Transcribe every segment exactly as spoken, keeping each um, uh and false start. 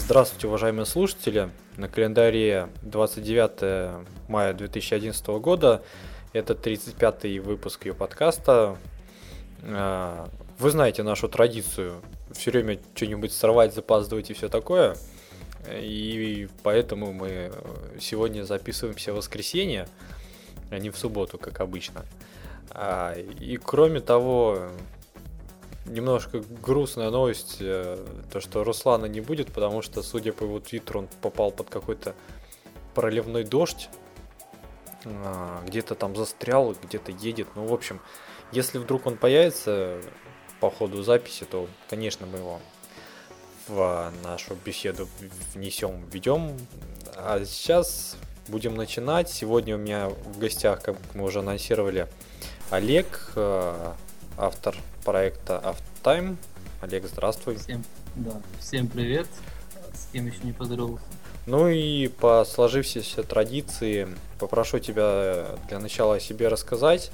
Здравствуйте, уважаемые слушатели. На календаре двадцать девятое мая две тысячи одиннадцатого года. Это тридцать пятый выпуск ее подкаста. Вы знаете нашу традицию все время что-нибудь сорвать, запаздывать и все такое. И поэтому мы сегодня записываемся в воскресенье, а не в субботу, как обычно. И кроме того, немножко грустная новость, то что Руслана не будет, потому что, судя по его твиттеру, он попал под какой-то проливной дождь, где-то там застрял, где-то едет. Ну, в общем, если вдруг он появится по ходу записи, то, конечно, мы его в нашу беседу внесем, введем. А сейчас будем начинать. Сегодня у меня в гостях, как мы уже анонсировали, Олег, автор проекта Автотайм. Олег, здравствуй. Всем, да, всем привет. С кем еще не поздоровался. Ну и по сложившейся традиции попрошу тебя для начала о себе рассказать.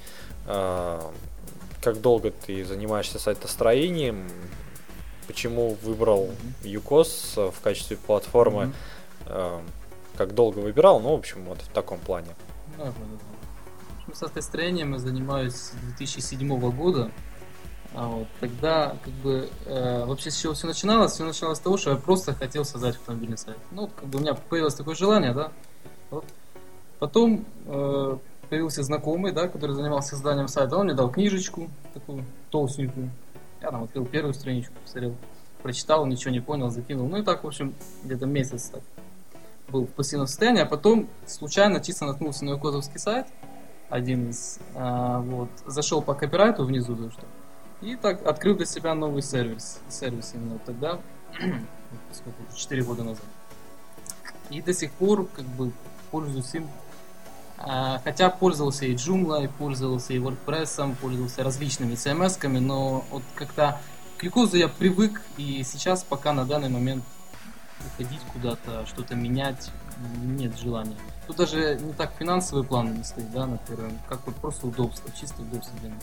Как долго ты занимаешься сайтостроением? Почему выбрал юкос в качестве платформы? Mm-hmm. Как долго выбирал? Ну, в общем, вот в таком плане. Да, да, да. В общем, сайтостроением я занимаюсь с две тысячи седьмого года. А вот, тогда, как бы, э, вообще с чего все начиналось? Все начиналось с того, что я просто хотел создать автомобильный сайт. Ну, как бы у меня появилось такое желание, да. Вот. Потом э, появился знакомый, да, который занимался созданием сайта. Он мне дал книжечку такую толстенькую. Я там открыл первую страничку, посмотрел, прочитал, ничего не понял, закинул. Ну и так, в общем, где-то месяц так был в пассивном состоянии. А потом случайно чисто наткнулся на юкозовский сайт, один из, э, вот, зашел по копирайту внизу, да, что. И так открыл для себя новый сервис. Сервис именно тогда, сколько, четыре года назад. И до сих пор как бы пользуюсь им. Хотя пользовался и Joomla, и пользовался и WordPress, пользовался различными си эм эс-ками, но вот как-то к юкозу я привык, и сейчас пока на данный момент уходить куда-то, что-то менять, нет желания. Тут даже не так финансовый план не стоит, да, на первом, как вот просто удобство, чисто удобство для меня.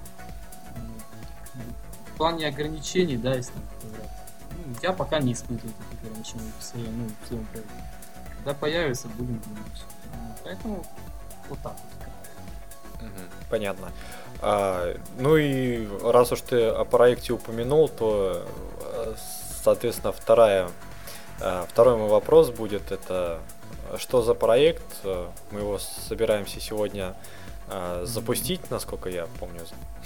В плане ограничений, да, если говорят, ну, я пока не испытываю таких ограничений в своем, ну, в своем проекте. Когда появится, будем думать. Поэтому вот так вот. Понятно. А, ну и раз уж ты о проекте упомянул, то, соответственно, вторая, второй мой вопрос будет, это что за проект? Мы его собираемся сегодня запустить, насколько я помню.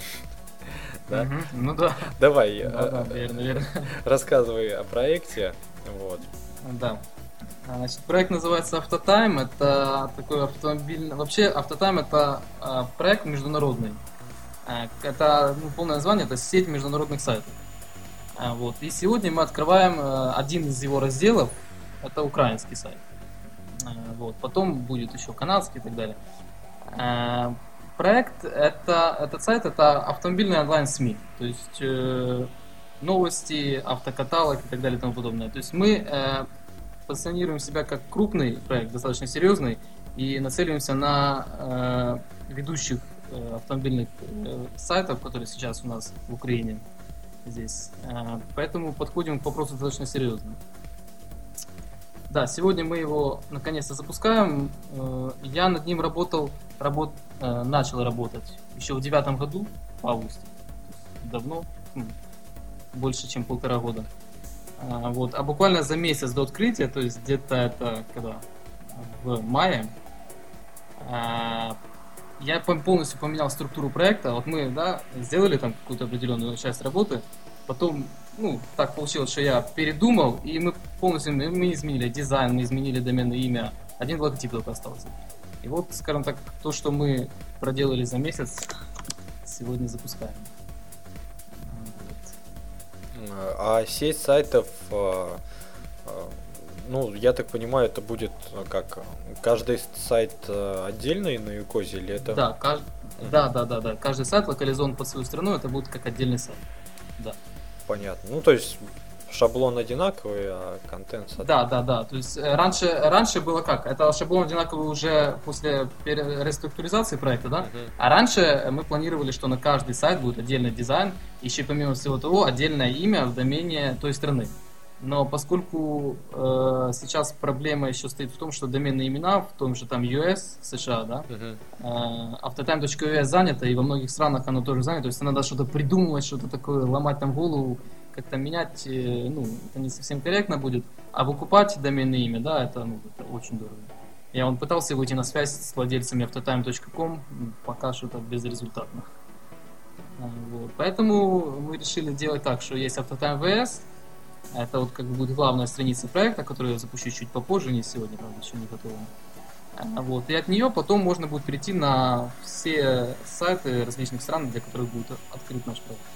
Да? Угу, ну да. Давай, да, да, верно, верно. Рассказывай о проекте. Вот. Да. Значит, проект называется Автотайм. Это такой автомобильный. Вообще, Автотайм это а, проект международный. А, это ну, полное название, это сеть международных сайтов. А, вот. И сегодня мы открываем а, один из его разделов. Это украинский сайт. А, вот. Потом будет еще канадский и так далее. А, Проект, это, этот сайт, это автомобильный онлайн-СМИ, то есть э, новости, автокаталог и так далее и тому подобное. То есть мы э, позиционируем себя как крупный проект, достаточно серьезный, и нацеливаемся на э, ведущих э, автомобильных э, сайтов, которые сейчас у нас в Украине здесь. Э, поэтому подходим к вопросу достаточно серьезно. Да, сегодня мы его наконец-то запускаем. Э, я над ним работал, работ, э, начал работать еще в девятом году, в августе. Давно, ну, больше, чем полтора года. А, вот, а буквально за месяц до открытия, то есть где-то это когда? В мае, а, я полностью поменял структуру проекта. Вот мы, да, сделали там какую-то определенную часть работы, потом, ну, так получилось, что я передумал, и мы полностью мы изменили дизайн, мы изменили доменное имя, один логотип только остался. И вот, скажем так, то, что мы проделали за месяц, сегодня запускаем. Вот. А сеть сайтов, ну, я так понимаю, это будет как каждый сайт отдельный на юкозе или это? Да, кажд... uh-huh. да, да, да, да. Каждый сайт локализован под свою страну, это будет как отдельный сайт. Да. Понятно. Ну, то есть шаблон одинаковый, а контент... Да, да, да. То есть раньше, раньше было как? Это шаблон одинаковый уже после реструктуризации проекта, да? Uh-huh. А раньше мы планировали, что на каждый сайт будет отдельный дизайн, еще помимо всего того отдельное имя в домене той страны. Но поскольку э, сейчас проблема еще стоит в том, что доменные имена в том же там ю эс, США, да, Мгм. э, автотайм точка ю эс занято, и во многих странах оно тоже занято, то есть надо что-то придумывать, что-то такое, ломать там голову, как-то менять, э, ну, это не совсем корректно будет, а выкупать доменное имя, да, это, ну, это очень дорого. Я вон пытался выйти на связь с владельцами автотайм точка ком, пока что-то безрезультатно. А, Вот. Поэтому мы решили делать так, что есть автотайм ви эс, это вот как бы будет главная страница проекта, которую я запущу чуть попозже, не сегодня, правда, еще не готова. А, Вот. И от нее потом можно будет перейти на все сайты различных стран, для которых будет открыт наш проект.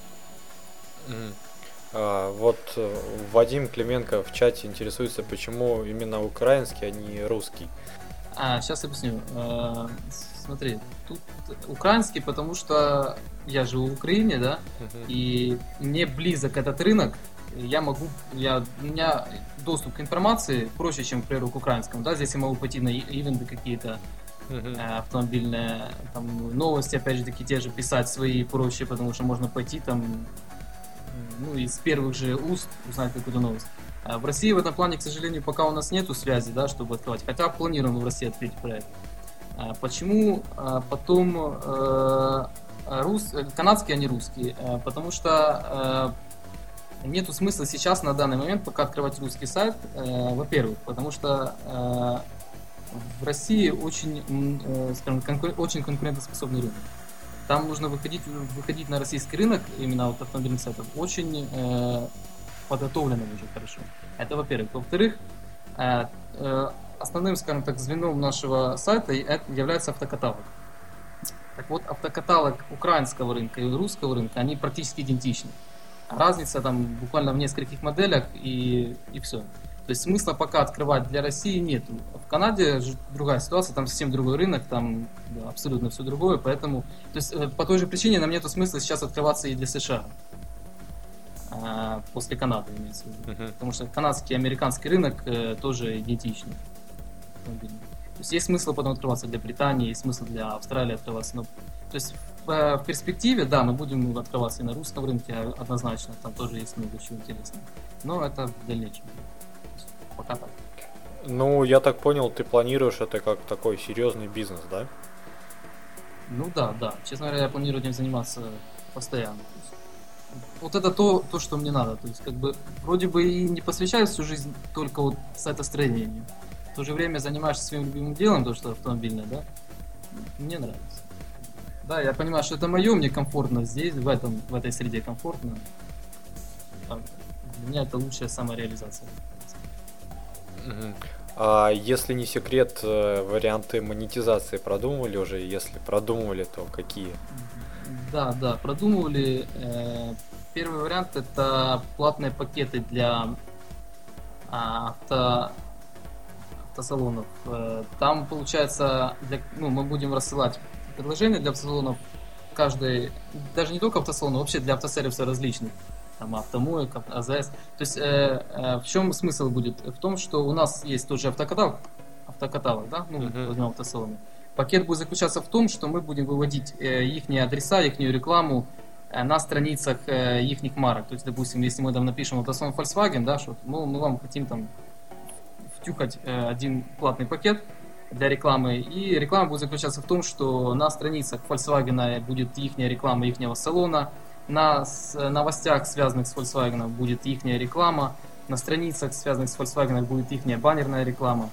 Мгм. А, вот э, Вадим Клименко в чате интересуется, почему именно украинский, а не русский. А, сейчас объясню. Э, Смотри, тут украинский, потому что я живу в Украине, да, Мгм. и мне близок этот рынок. Я могу, я, у меня доступ к информации проще, чем, к примеру, к украинскому, да, здесь я могу пойти на и- ивенты какие-то, Мгм. э, автомобильные, там, новости, опять же таки, те же писать свои проще, потому что можно пойти там, м, ну, из первых же уст узнать какую-то новость. А в России в этом плане, к сожалению, пока у нас нету связи, да, чтобы открывать, хотя планируем в России открыть проект. А Почему а, потом э, рус... э, канадские, а не русские? Э, Потому что э, нету смысла сейчас на данный момент пока открывать русский сайт. Э, Во-первых, потому что э, в России очень, м, э, скажем, конкур- очень конкурентоспособный рынок. Там нужно выходить, выходить на российский рынок, именно вот автомобильных сайтов, очень э, подготовленным уже хорошо. Это во-первых. Во-вторых, э, э, основным, скажем так, звеном нашего сайта это является автокаталог. Так вот, автокаталог украинского рынка и русского рынка, они практически идентичны. Разница там буквально в нескольких моделях и, и все. То есть смысла пока открывать для России нету. В Канаде же другая ситуация, там совсем другой рынок, там да, абсолютно все другое, поэтому... То есть э, по той же причине нам нету смысла сейчас открываться и для США. А, после Канады имеется в виду. Мгм. Потому что канадский и американский рынок э, тоже идентичны. То есть есть смысл потом открываться для Британии, есть смысл для Австралии открываться. Но, то есть в, э, в перспективе, да, мы будем открываться и на русском рынке однозначно, там тоже есть много чего интересного. Но это в дальнейшем. То есть пока так. Ну, я так понял, ты планируешь это как такой серьезный бизнес, да? Ну да, да. Честно говоря, я планирую этим заниматься постоянно. То есть вот это то, то, что мне надо. То есть, как бы, вроде бы и не посвящаю всю жизнь только вот сайтостроению. В то же время занимаешься своим любимым делом, то, что автомобильное, да? Мне нравится. Да, я понимаю, что это мое, мне комфортно здесь, в, этом, в этой среде комфортно. А Для меня это лучшая самореализация. Мгм. А если не секрет, э, варианты монетизации продумывали уже? Если продумывали, то какие? Да, да, продумывали. Э, Первый вариант это платные пакеты для а, авто, автосалонов. Э, Там получается, для, ну, мы будем рассылать предложения для автосалонов каждой, даже не только автосалонов, вообще для автосервисов различных. Там автомоек, а зэ эс. То есть э, э, в чем смысл будет? В том, что у нас есть тот же автокаталог, автокаталог, да, ну, Мгм. возьмем автосалоны. Пакет будет заключаться в том, что мы будем выводить э, их адреса, их рекламу э, на страницах э, их марок. То есть, допустим, если мы там напишем автосалон Volkswagen, да, что мы, мы вам хотим там втюхать э, один платный пакет для рекламы, и реклама будет заключаться в том, что на страницах Volkswagen будет их реклама ихнего салона, на с- новостях, связанных с Volkswagen, будет их реклама, на страницах, связанных с Volkswagen, будет их баннерная реклама.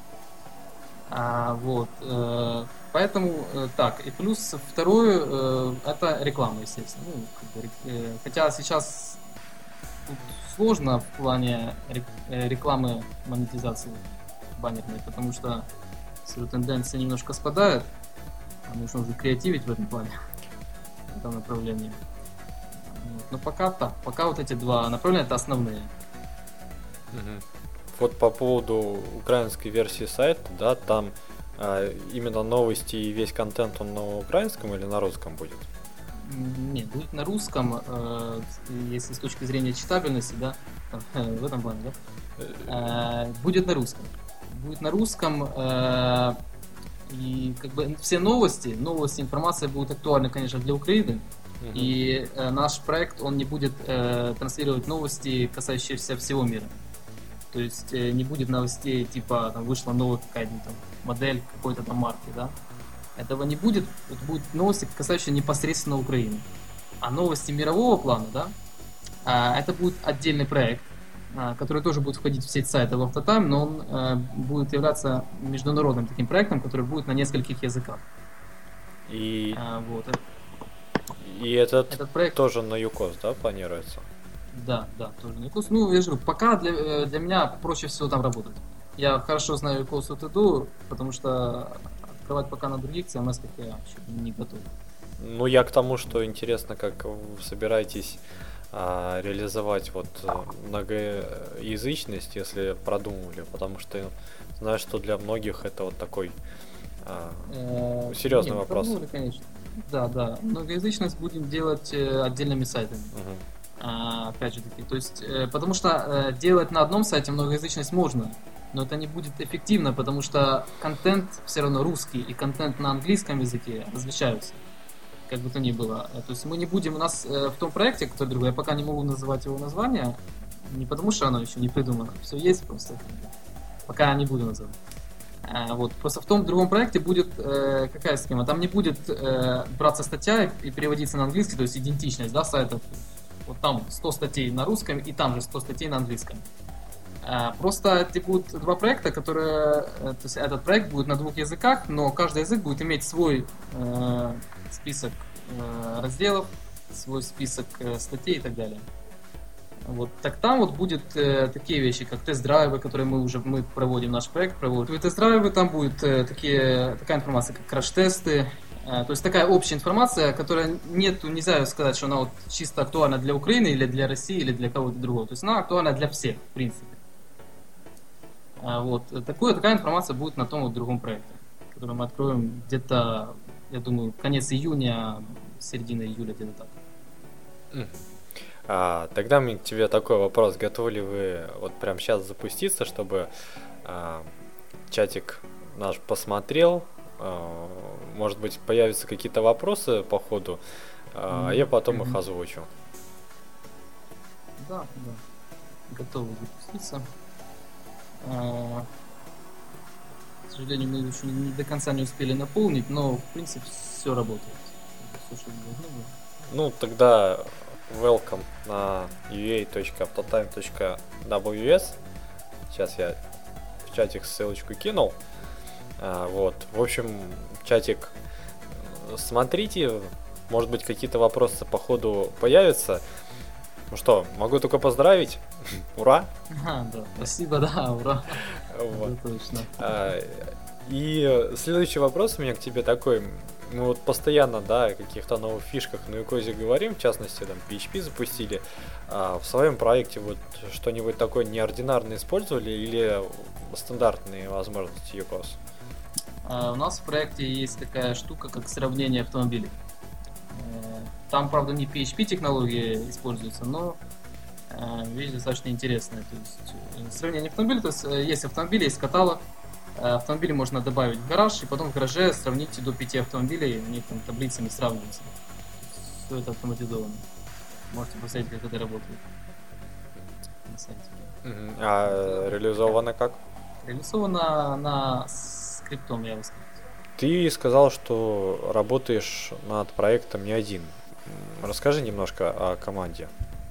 А, вот, э, поэтому э, так, и плюс второе, э, это реклама, естественно. Ну, как бы, э, хотя сейчас тут сложно в плане рек- э, рекламы монетизации баннерной, потому что все тенденции немножко спадают, а нужно уже креативить в этом плане, в этом направлении. Вот. Но пока так, пока вот эти два направления это основные. Мгм. Вот по поводу украинской версии сайта, да, там а, именно новости и весь контент он на украинском или на русском будет? М, Нет, будет на русском, э, если с точки зрения читабельности, да, в этом плане, да, э, будет на русском. Будет на русском, э, и как бы все новости, новости, информация будет актуальна, конечно, для Украины. Мгм. И э, наш проект, он не будет э, транслировать новости, касающиеся всего мира. То есть э, не будет новостей, типа там вышла новая какая-то там модель какой-то там марки, да. Этого не будет. Это будут новости, касающиеся непосредственно Украины. А новости мирового плана, да, а, это будет отдельный проект, а, который тоже будет входить в сеть сайтов Автотайм, но он а, будет являться международным таким проектом, который будет на нескольких языках. И, а, вот. и этот, этот проект тоже на ЮКОС, да, планируется? Да, да, тоже на ЮКОС. Ну, я же говорю, пока для, для меня проще всего там работать. Я хорошо знаю ЮКОС от ИДУ, потому что открывать пока на других си эм эс, как я еще не готов. Ну, я к тому, что интересно, как вы собираетесь а, реализовать вот многоязычность, если продумывали, потому что знаю, что для многих это вот такой а, э, серьезный нет, вопрос. Продумывали, конечно. Да, да. Многоязычность будем делать э, отдельными сайтами. Угу. А, опять же таки, то есть, э, потому что э, делать на одном сайте многоязычность можно, но это не будет эффективно, потому что контент все равно русский и контент на английском языке различаются, как бы то ни было. То есть мы не будем, у нас э, в том проекте, который другой, я пока не могу называть его название, не потому что оно еще не придумано, все есть просто, пока я не буду называть. А, вот, просто в том другом проекте будет э, какая схема, там не будет э, браться статья и переводиться на английский, то есть идентичность, да, сайтов. Вот там сто статей на русском и там же сто статей на английском. Просто это будут два проекта, которые... То есть этот проект будет на двух языках, но каждый язык будет иметь свой э, список э, разделов, свой список э, статей и так далее. Вот. Так там вот будет э, такие вещи, как тест-драйвы, которые мы уже мы проводим, наш проект проводит. Тест-драйвы, там будет э, такие, такая информация, как краш-тесты. То есть такая общая информация, которая нету, нельзя сказать, что она вот чисто актуальна для Украины или для России или для кого-то другого. То есть она актуальна для всех, в принципе. Вот. Такое, такая информация будет на том вот другом проекте, который мы откроем где-то, я думаю, конец июня, середина июля, где-то так. А, тогда мне к тебе такой вопрос. Готовы ли вы вот прямо сейчас запуститься, чтобы а, чатик наш посмотрел? Может быть, появятся какие-то вопросы по ходу, а mm-hmm. я потом mm-hmm. их озвучу. Да, да. Готовы запуститься. А, к сожалению, мы еще не до конца не успели наполнить, но в принципе все работает. Все, что должно быть. Ну, тогда welcome на ю эй точка автотайм точка дабл ю эс. Сейчас я в чатик ссылочку кинул. А, вот, в общем, чатик смотрите, может быть, какие-то вопросы по ходу появятся. Ну что, могу только поздравить. Ура! А, да, спасибо, да, ура. Вот. Это точно. А, и следующий вопрос у меня к тебе такой. Мы вот постоянно, да, о каких-то новых фишках на ЮКОСе говорим, в частности, там, пи эйч пи запустили. А в своем проекте вот что-нибудь такое неординарное использовали или стандартные возможности ЮКОС? Uh, у нас в проекте есть такая штука, как сравнение автомобилей. Uh, там, правда, не пи эйч пи технология используется, но uh, вещь достаточно интересная. То есть, uh, сравнение автомобилей, то есть uh, есть автомобили, есть каталог. Uh, автомобили можно добавить в гараж, и потом в гараже сравнить до пяти автомобилей, они там таблицами сравниваются. Все это автоматизовано. Можете посмотреть, как это работает на сайте. Uh-huh. А реализовано как? Реализовано на скриптом, я бы сказал. Ты сказал, что работаешь над проектом не один. Расскажи немножко о команде.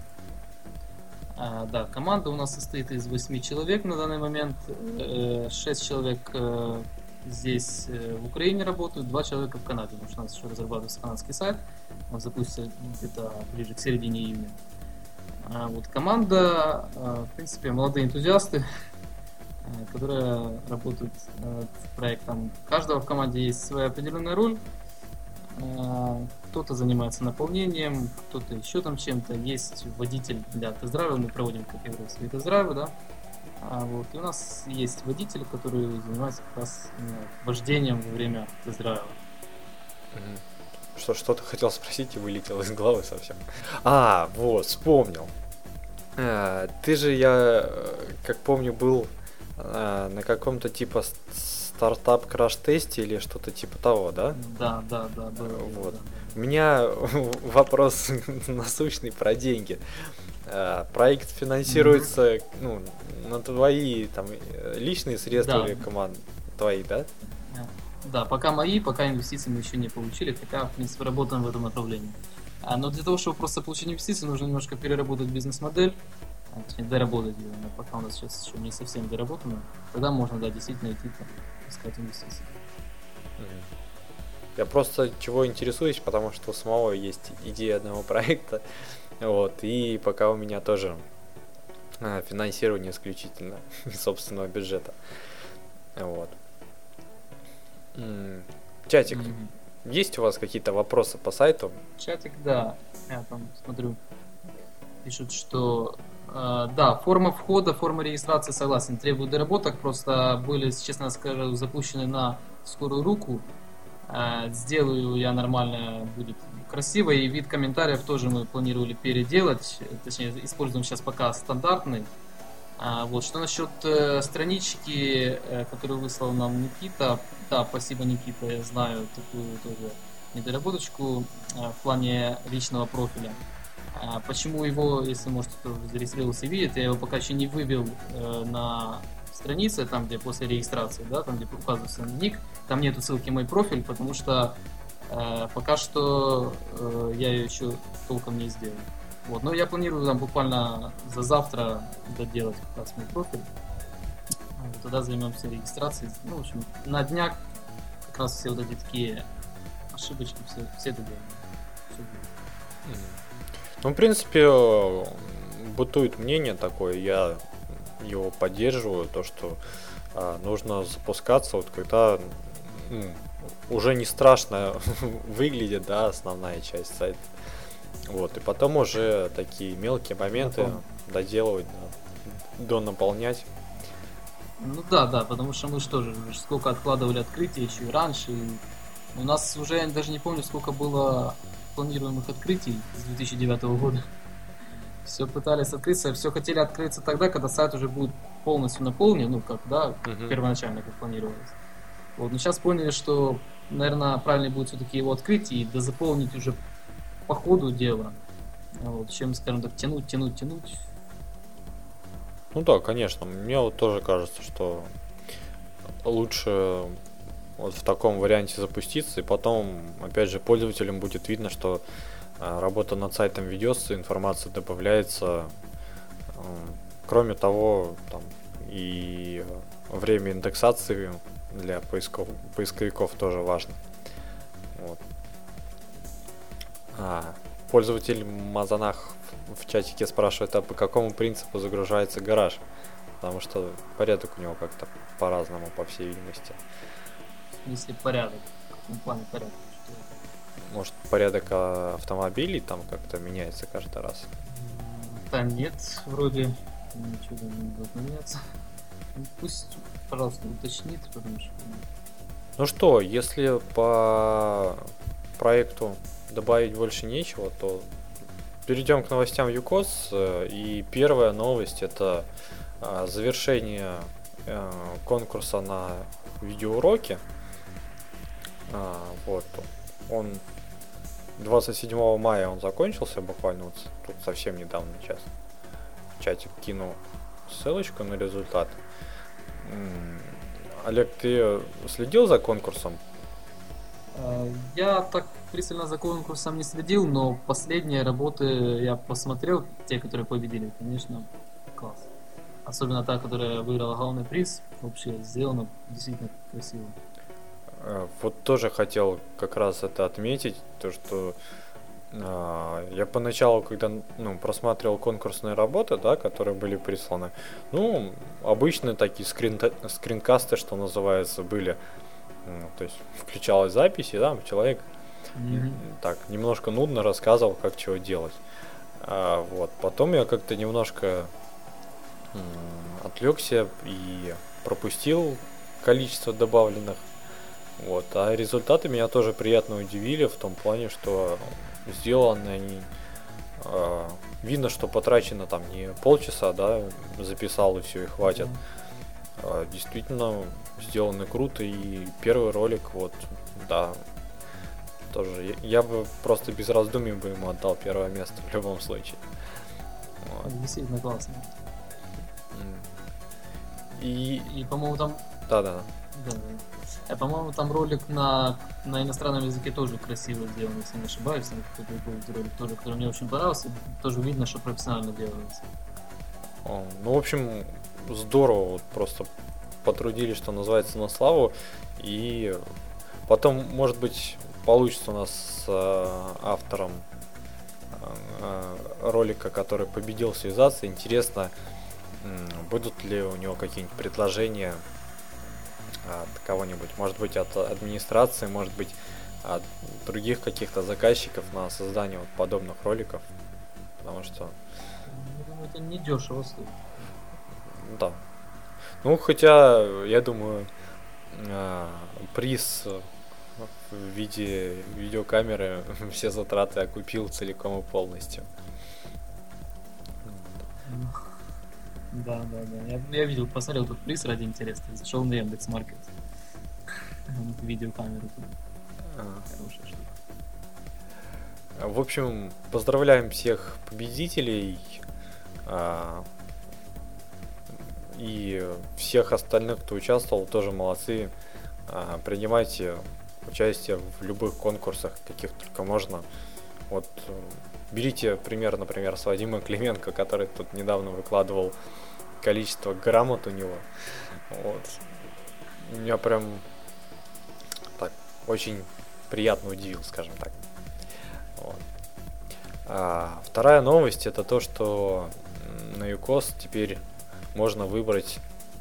А, да, команда у нас состоит из восьми человек на данный момент. Шесть человек здесь в Украине работают, два человека в Канаде, потому что у нас еще разрабатывается канадский сайт. Он запустится где-то ближе к середине июня. А вот команда, в принципе, молодые энтузиасты, которые работают над проектом. У каждого в команде есть своя определенная роль. Кто-то занимается наполнением, кто-то еще там чем-то. Есть водитель для тест-драйва, мы проводим, как я говорил, свои тест-драйвы, да. А вот, и у нас есть водитель, который занимается как раз вождением во время тест-драйва. Что, что-то хотел спросить и вылетел из головы совсем. А, вот, вспомнил. А, ты же, я, как помню, был на каком-то типа стартап краш-тесте или что-то типа того, да? Да, да, да. да вот. Да, да. У меня вопрос насущный про деньги. э, проект финансируется mm-hmm. ну, на твои там личные средства да. или команд твои, да? Да, пока мои, пока инвестиции мы еще не получили, хотя, в принципе, работаем в этом направлении. А, но для того, чтобы просто получить инвестиции, нужно немножко переработать бизнес-модель, точнее, доработать ее, но пока у нас сейчас еще не совсем доработано, тогда можно, да, действительно идти там, искать инвестиции. Я просто чего интересуюсь, потому что у самого есть идея одного проекта, вот, и пока у меня тоже а, финансирование исключительно из собственного бюджета, вот. Чатик, mm-hmm. есть у вас какие-то вопросы по сайту? Чатик, да, я там смотрю, пишут, что э, да, форма входа, форма регистрации, согласен, требует доработок, просто были, честно скажу, запущены на скорую руку, э, сделаю я нормально, будет красиво, и вид комментариев тоже мы планировали переделать, точнее, используем сейчас пока стандартный. А, вот, что насчет э, странички, э, которую выслал нам Никита, да, спасибо, Никита, я знаю такую тоже недоработочку э, в плане личного профиля. А, почему его, если, может, кто зарегистрировался и видит, я его пока еще не вывел э, на странице, там, где после регистрации, да, там, где указывается ник, там нету ссылки «Мой профиль», потому что э, пока что э, я ее еще толком не сделал. Вот, но я планирую там буквально за завтра доделать как раз мой профиль. Тогда займемся регистрацией. Ну, в общем, на днях как раз все вот эти такие ошибочки все, все доделаем. Все будет. Ну, в принципе, бытует мнение такое, я его поддерживаю, то, что а, нужно запускаться, вот когда ну, уже не страшно выглядит, да, основная часть сайта. Вот, и потом уже такие мелкие моменты потом доделывать, да, донаполнять. Ну да, да, потому что мы же тоже сколько откладывали открытия еще и раньше. И у нас уже, я даже не помню, сколько было планируемых открытий с две тысячи девятого года. Все пытались открыться, все хотели открыться тогда, когда сайт уже будет полностью наполнен, ну как, да, uh-huh. первоначально, как планировалось. Вот, но сейчас поняли, что, наверное, правильнее будет все-таки его открыть и дозаполнить уже по ходу дела, вот, чем, скажем так, тянуть, тянуть, тянуть. Ну да, конечно, мне вот тоже кажется, что лучше вот в таком варианте запуститься, и потом, опять же, пользователям будет видно, что а, работа над сайтом ведется, информация добавляется. А, кроме того, там и время индексации для поисков, поисковиков тоже важно. Вот. А, пользователь Мазанах в чатике спрашивает, а по какому принципу загружается гараж? Потому что порядок у него как-то по-разному, по всей видимости. В смысле порядок? В каком плане порядок? Может, порядок автомобилей там как-то меняется каждый раз? Да нет, вроде ничего не должно меняться. Пусть, пожалуйста, уточнит, потому что... Ну что, если по проекту добавить больше нечего, то перейдем к новостям ЮКОС. И первая новость — это завершение конкурса на видеоуроки. Вот. Он двадцать седьмого мая он закончился, буквально вот тут совсем недавно, сейчас в чатик кину ссылочку на результат. Олег, ты следил за конкурсом? Я так пристально за конкурсом не следил, но последние работы я посмотрел, те, которые победили, конечно, класс. Особенно та, которая выиграла главный приз, вообще сделано действительно красиво. Вот тоже хотел как раз это отметить, то что э, я поначалу, когда ну, просматривал конкурсные работы, да, которые были присланы, ну, обычные такие скрин скринкасты, что называется, были. Ну, то есть включалась запись, и там человек mm-hmm. так немножко нудно рассказывал, как чего делать. А, вот. Потом я как-то немножко м- отвлекся и пропустил количество добавленных. Вот. А результаты меня тоже приятно удивили в том плане, что сделаны они э, видно, что потрачено там не полчаса, да, записал и все, и хватит. А, действительно сделаны круто, и первый ролик, вот, да, тоже я, я бы просто без раздумий бы ему отдал первое место в любом случае. Вот. Действительно классно. И, и по-моему, там... Да-да. Да, да. По-моему, там ролик на, на иностранном языке тоже красиво сделан, если не ошибаюсь. Там какой-то был ролик тоже, который мне очень понравился. Тоже видно, что профессионально делается. О, ну, в общем, здорово. Вот просто потрудились, что называется, на славу. И потом, может быть, получится у нас с э, автором э, ролика, который победил, связаться. Интересно, э, будут ли у него какие-нибудь предложения от кого-нибудь, может быть, от администрации, может быть, от других каких-то заказчиков на создание вот подобных роликов, потому что... Я думаю, это не дешево стоит. Да. Ну, хотя, я думаю, приз в виде видеокамеры все затраты окупил целиком и полностью. Да, да, да. Я, я видел, посмотрел тут приз ради интереса. Зашел на Яндекс.Маркет. Видеокамеру. А. Хорошая штука. В общем, поздравляем всех победителей. А, и всех остальных, кто участвовал, тоже молодцы. А, принимайте участие в любых конкурсах, каких только можно. Вот берите пример, например, с Вадима Клименко, который тут недавно выкладывал количество грамот у него. Вот. Меня прям так очень приятно удивил, скажем так. Вот. А, вторая новость — это то, что на юкос теперь можно выбрать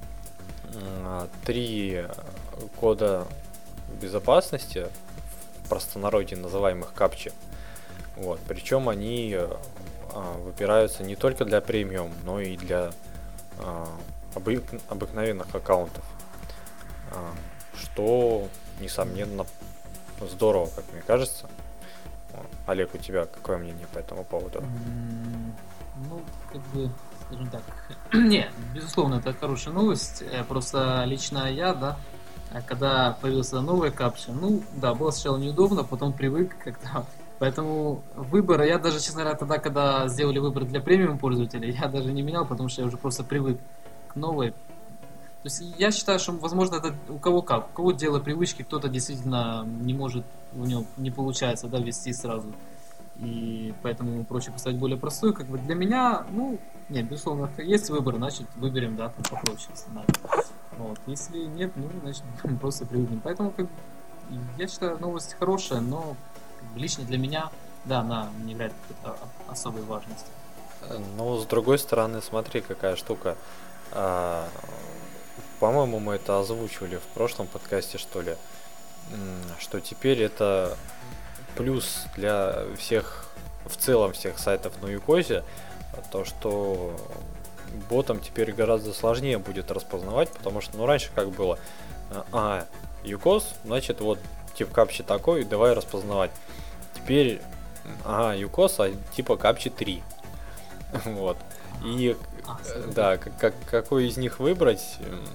а, три кода безопасности, в простонародье называемых капчи. Вот. Причем они а, выбираются не только для премиум, но и для а, обык- обыкновенных аккаунтов. А, что, несомненно, здорово, как мне кажется. Олег, у тебя какое мнение по этому поводу? Mm, ну, как бы, скажем так, не, безусловно, это хорошая новость. Просто лично я, да, когда появился новая капча, ну, да, было сначала неудобно, потом привык как-то. Поэтому выбор, я даже, честно говоря, тогда, когда сделали выбор для премиум пользователей, я даже не менял, потому что я уже просто привык к новой. То есть я считаю, что, возможно, это у кого как. У кого дело привычки, кто-то действительно не может, у него не получается, да, ввести сразу. И поэтому ему проще поставить более простую. Как бы для меня, ну, нет, безусловно, есть выбор, значит, выберем, да, там попроще, если надо. Вот. Если нет, ну, значит, просто привыкнем. Поэтому, как, я считаю, новость хорошая, но как бы, лично для меня, да, она не играет особой важности. Ну, с другой стороны, смотри, какая штука. А, по-моему, мы это озвучивали в прошлом подкасте, что ли, что теперь это плюс для всех, в целом всех сайтов на юкосе, то, что ботам теперь гораздо сложнее будет распознавать, потому что, ну, раньше как было, а, юкос, значит, вот тип капчи такой, давай распознавать. Теперь, ага, юкос, а типа капчи три. Вот. И а, да, как, какой из них выбрать,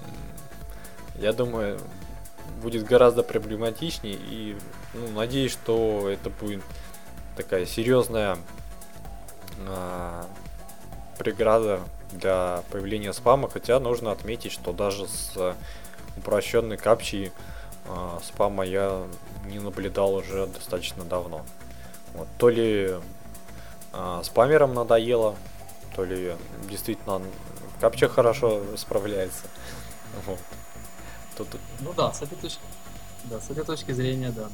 я думаю, будет гораздо проблематичнее. И ну, надеюсь, что это будет такая серьезная а, преграда для появления спама. Хотя нужно отметить, что даже с упрощенной капчей а, спама я не наблюдал уже достаточно давно. Вот. То ли а, спамерам надоело, то ли действительно капча хорошо справляется. Вот. Тут... Ну да, с этой точки, да, с этой точки зрения, да.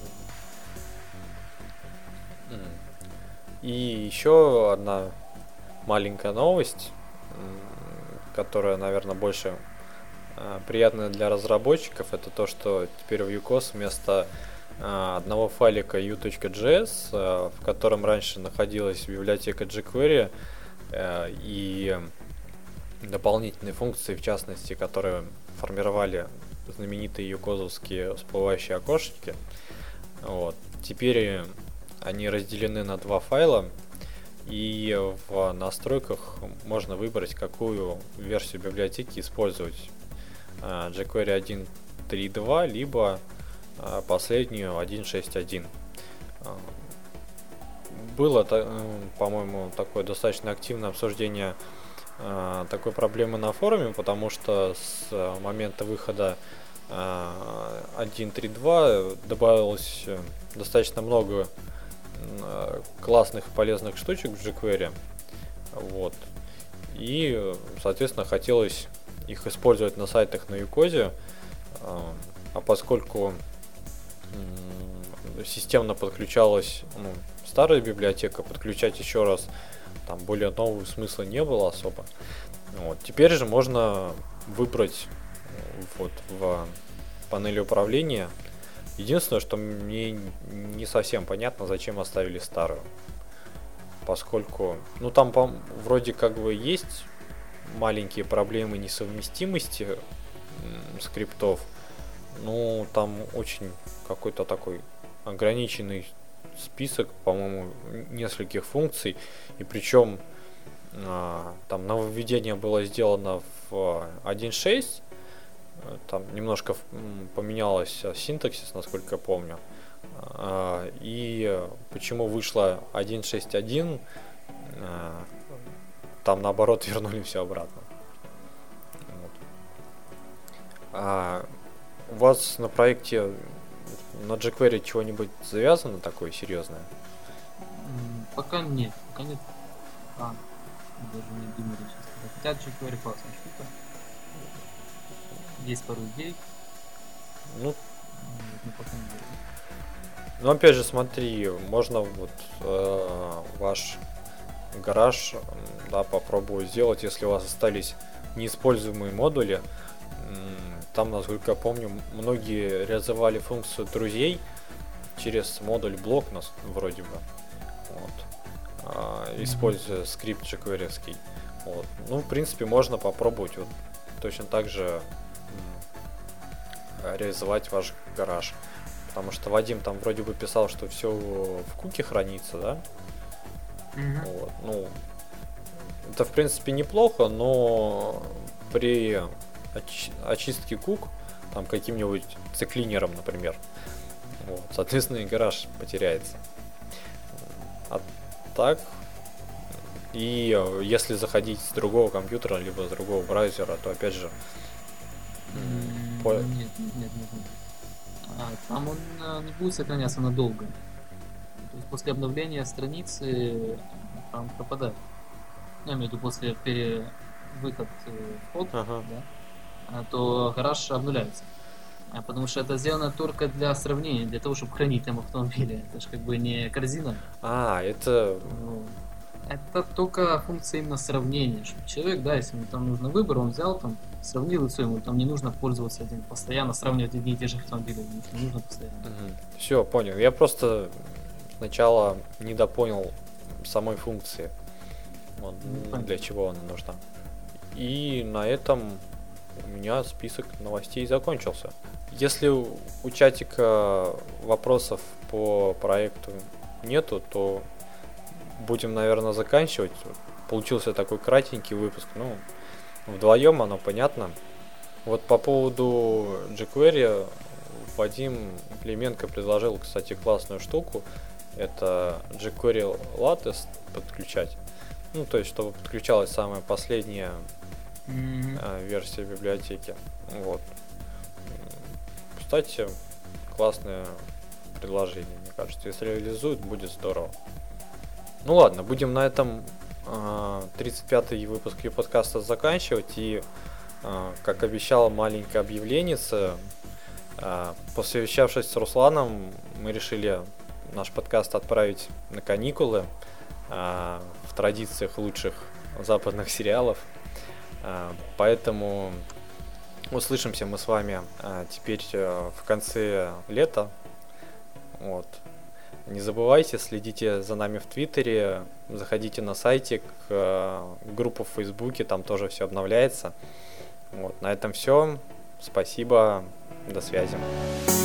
да. И еще одна маленькая новость, которая, наверное, больше приятная для разработчиков, это то, что теперь в юкос вместо одного файлика u.js, в котором раньше находилась библиотека jQuery и дополнительные функции, в частности, которые формировали знаменитые юкозовские всплывающие окошечки. Вот. Теперь они разделены на два файла, и в настройках можно выбрать, какую версию библиотеки использовать. jQuery один точка три точка два, либо последнюю один точка шесть точка один. было, по-моему, такое достаточно активное обсуждение такой проблемы на форуме, потому что с момента выхода один точка три точка два добавилось достаточно много классных и полезных штучек в jQuery. Вот. И, соответственно, хотелось их использовать на сайтах на Юкозе, а поскольку системно подключалась, ну, старая библиотека, подключать еще раз там более нового смысла не было особо. Вот. Теперь же можно выбрать вот в панели управления. Единственное, что мне не совсем понятно, зачем оставили старую. Поскольку, ну там по, вроде как бы есть маленькие проблемы несовместимости м, скриптов. Ну там очень какой-то такой ограниченный список, по-моему, нескольких функций. И причем а, там нововведение было сделано в один точка шесть. Там немножко поменялось синтаксис, насколько я помню. И почему вышло один точка шесть точка один, там наоборот вернули все обратно. Вот. А у вас на проекте на jQuery чего-нибудь завязано такое серьезное? Пока нет, пока нет. А, даже не думали, честно. Хотя jQuery классная штука. Есть пару идей. Ну, ну, пока не делаю. Ну, опять же, смотри, можно вот э, ваш гараж, да, попробовать сделать, если у вас остались неиспользуемые модули. Там, насколько я помню, многие реализовали функцию друзей через модуль блок, нас вроде бы, вот, э, используя скрипт jQuery-ский. Вот. Ну, в принципе, можно попробовать вот точно так же реализовать ваш гараж. Потому что Вадим там вроде бы писал, что все в куке хранится, да? Mm-hmm. Вот. Ну, это в принципе неплохо, но при оч- очистке кук, там каким-нибудь циклинером, например, вот, соответственно, и гараж потеряется. А так, и если заходить с другого компьютера, либо с другого браузера, то опять же... Mm-hmm. По... Нет, нет, нет, нет. А, там он а, не будет сохраняться надолго. То есть после обновления страницы там пропадает. Я имею в виду после перевыход в код, ага. Да, то гараж обнуляется. А, потому что это сделано только для сравнения, для того, чтобы хранить там автомобили. Это же как бы не корзина. А, это... Ну, это только функция именно сравнения. Чтобы человек, да, если ему там нужно выбор, он взял там, сравнил и все, ему там не нужно пользоваться этим, постоянно сравнивать одни и те же автомобили, не нужно постоянно. Угу. Все, понял. Я просто сначала недопонял самой функции, вот, ну, для чего она нужна. И на этом у меня список новостей закончился. Если у чатика вопросов по проекту нету, то будем, наверное, заканчивать. Получился такой кратенький выпуск. Ну, вдвоем оно понятно. Вот по поводу jQuery Вадим Клименко предложил, кстати, классную штуку. Это jQuery Latest подключать. Ну, то есть, чтобы подключалась самая последняя mm-hmm. версия библиотеки. Вот. Кстати, классное предложение, мне кажется. Если реализуют, будет здорово. Ну ладно, будем на этом тридцать пятый выпуск подкаста заканчивать. И, как обещал, маленькое объявление. Посовещавшись с Русланом, мы решили наш подкаст отправить на каникулы в традициях лучших западных сериалов. Поэтому услышимся мы с вами теперь в конце лета. Вот. Не забывайте, следите за нами в Твиттере, заходите на сайтик, группу в Фейсбуке, там тоже все обновляется. Вот, на этом все. Спасибо, до связи.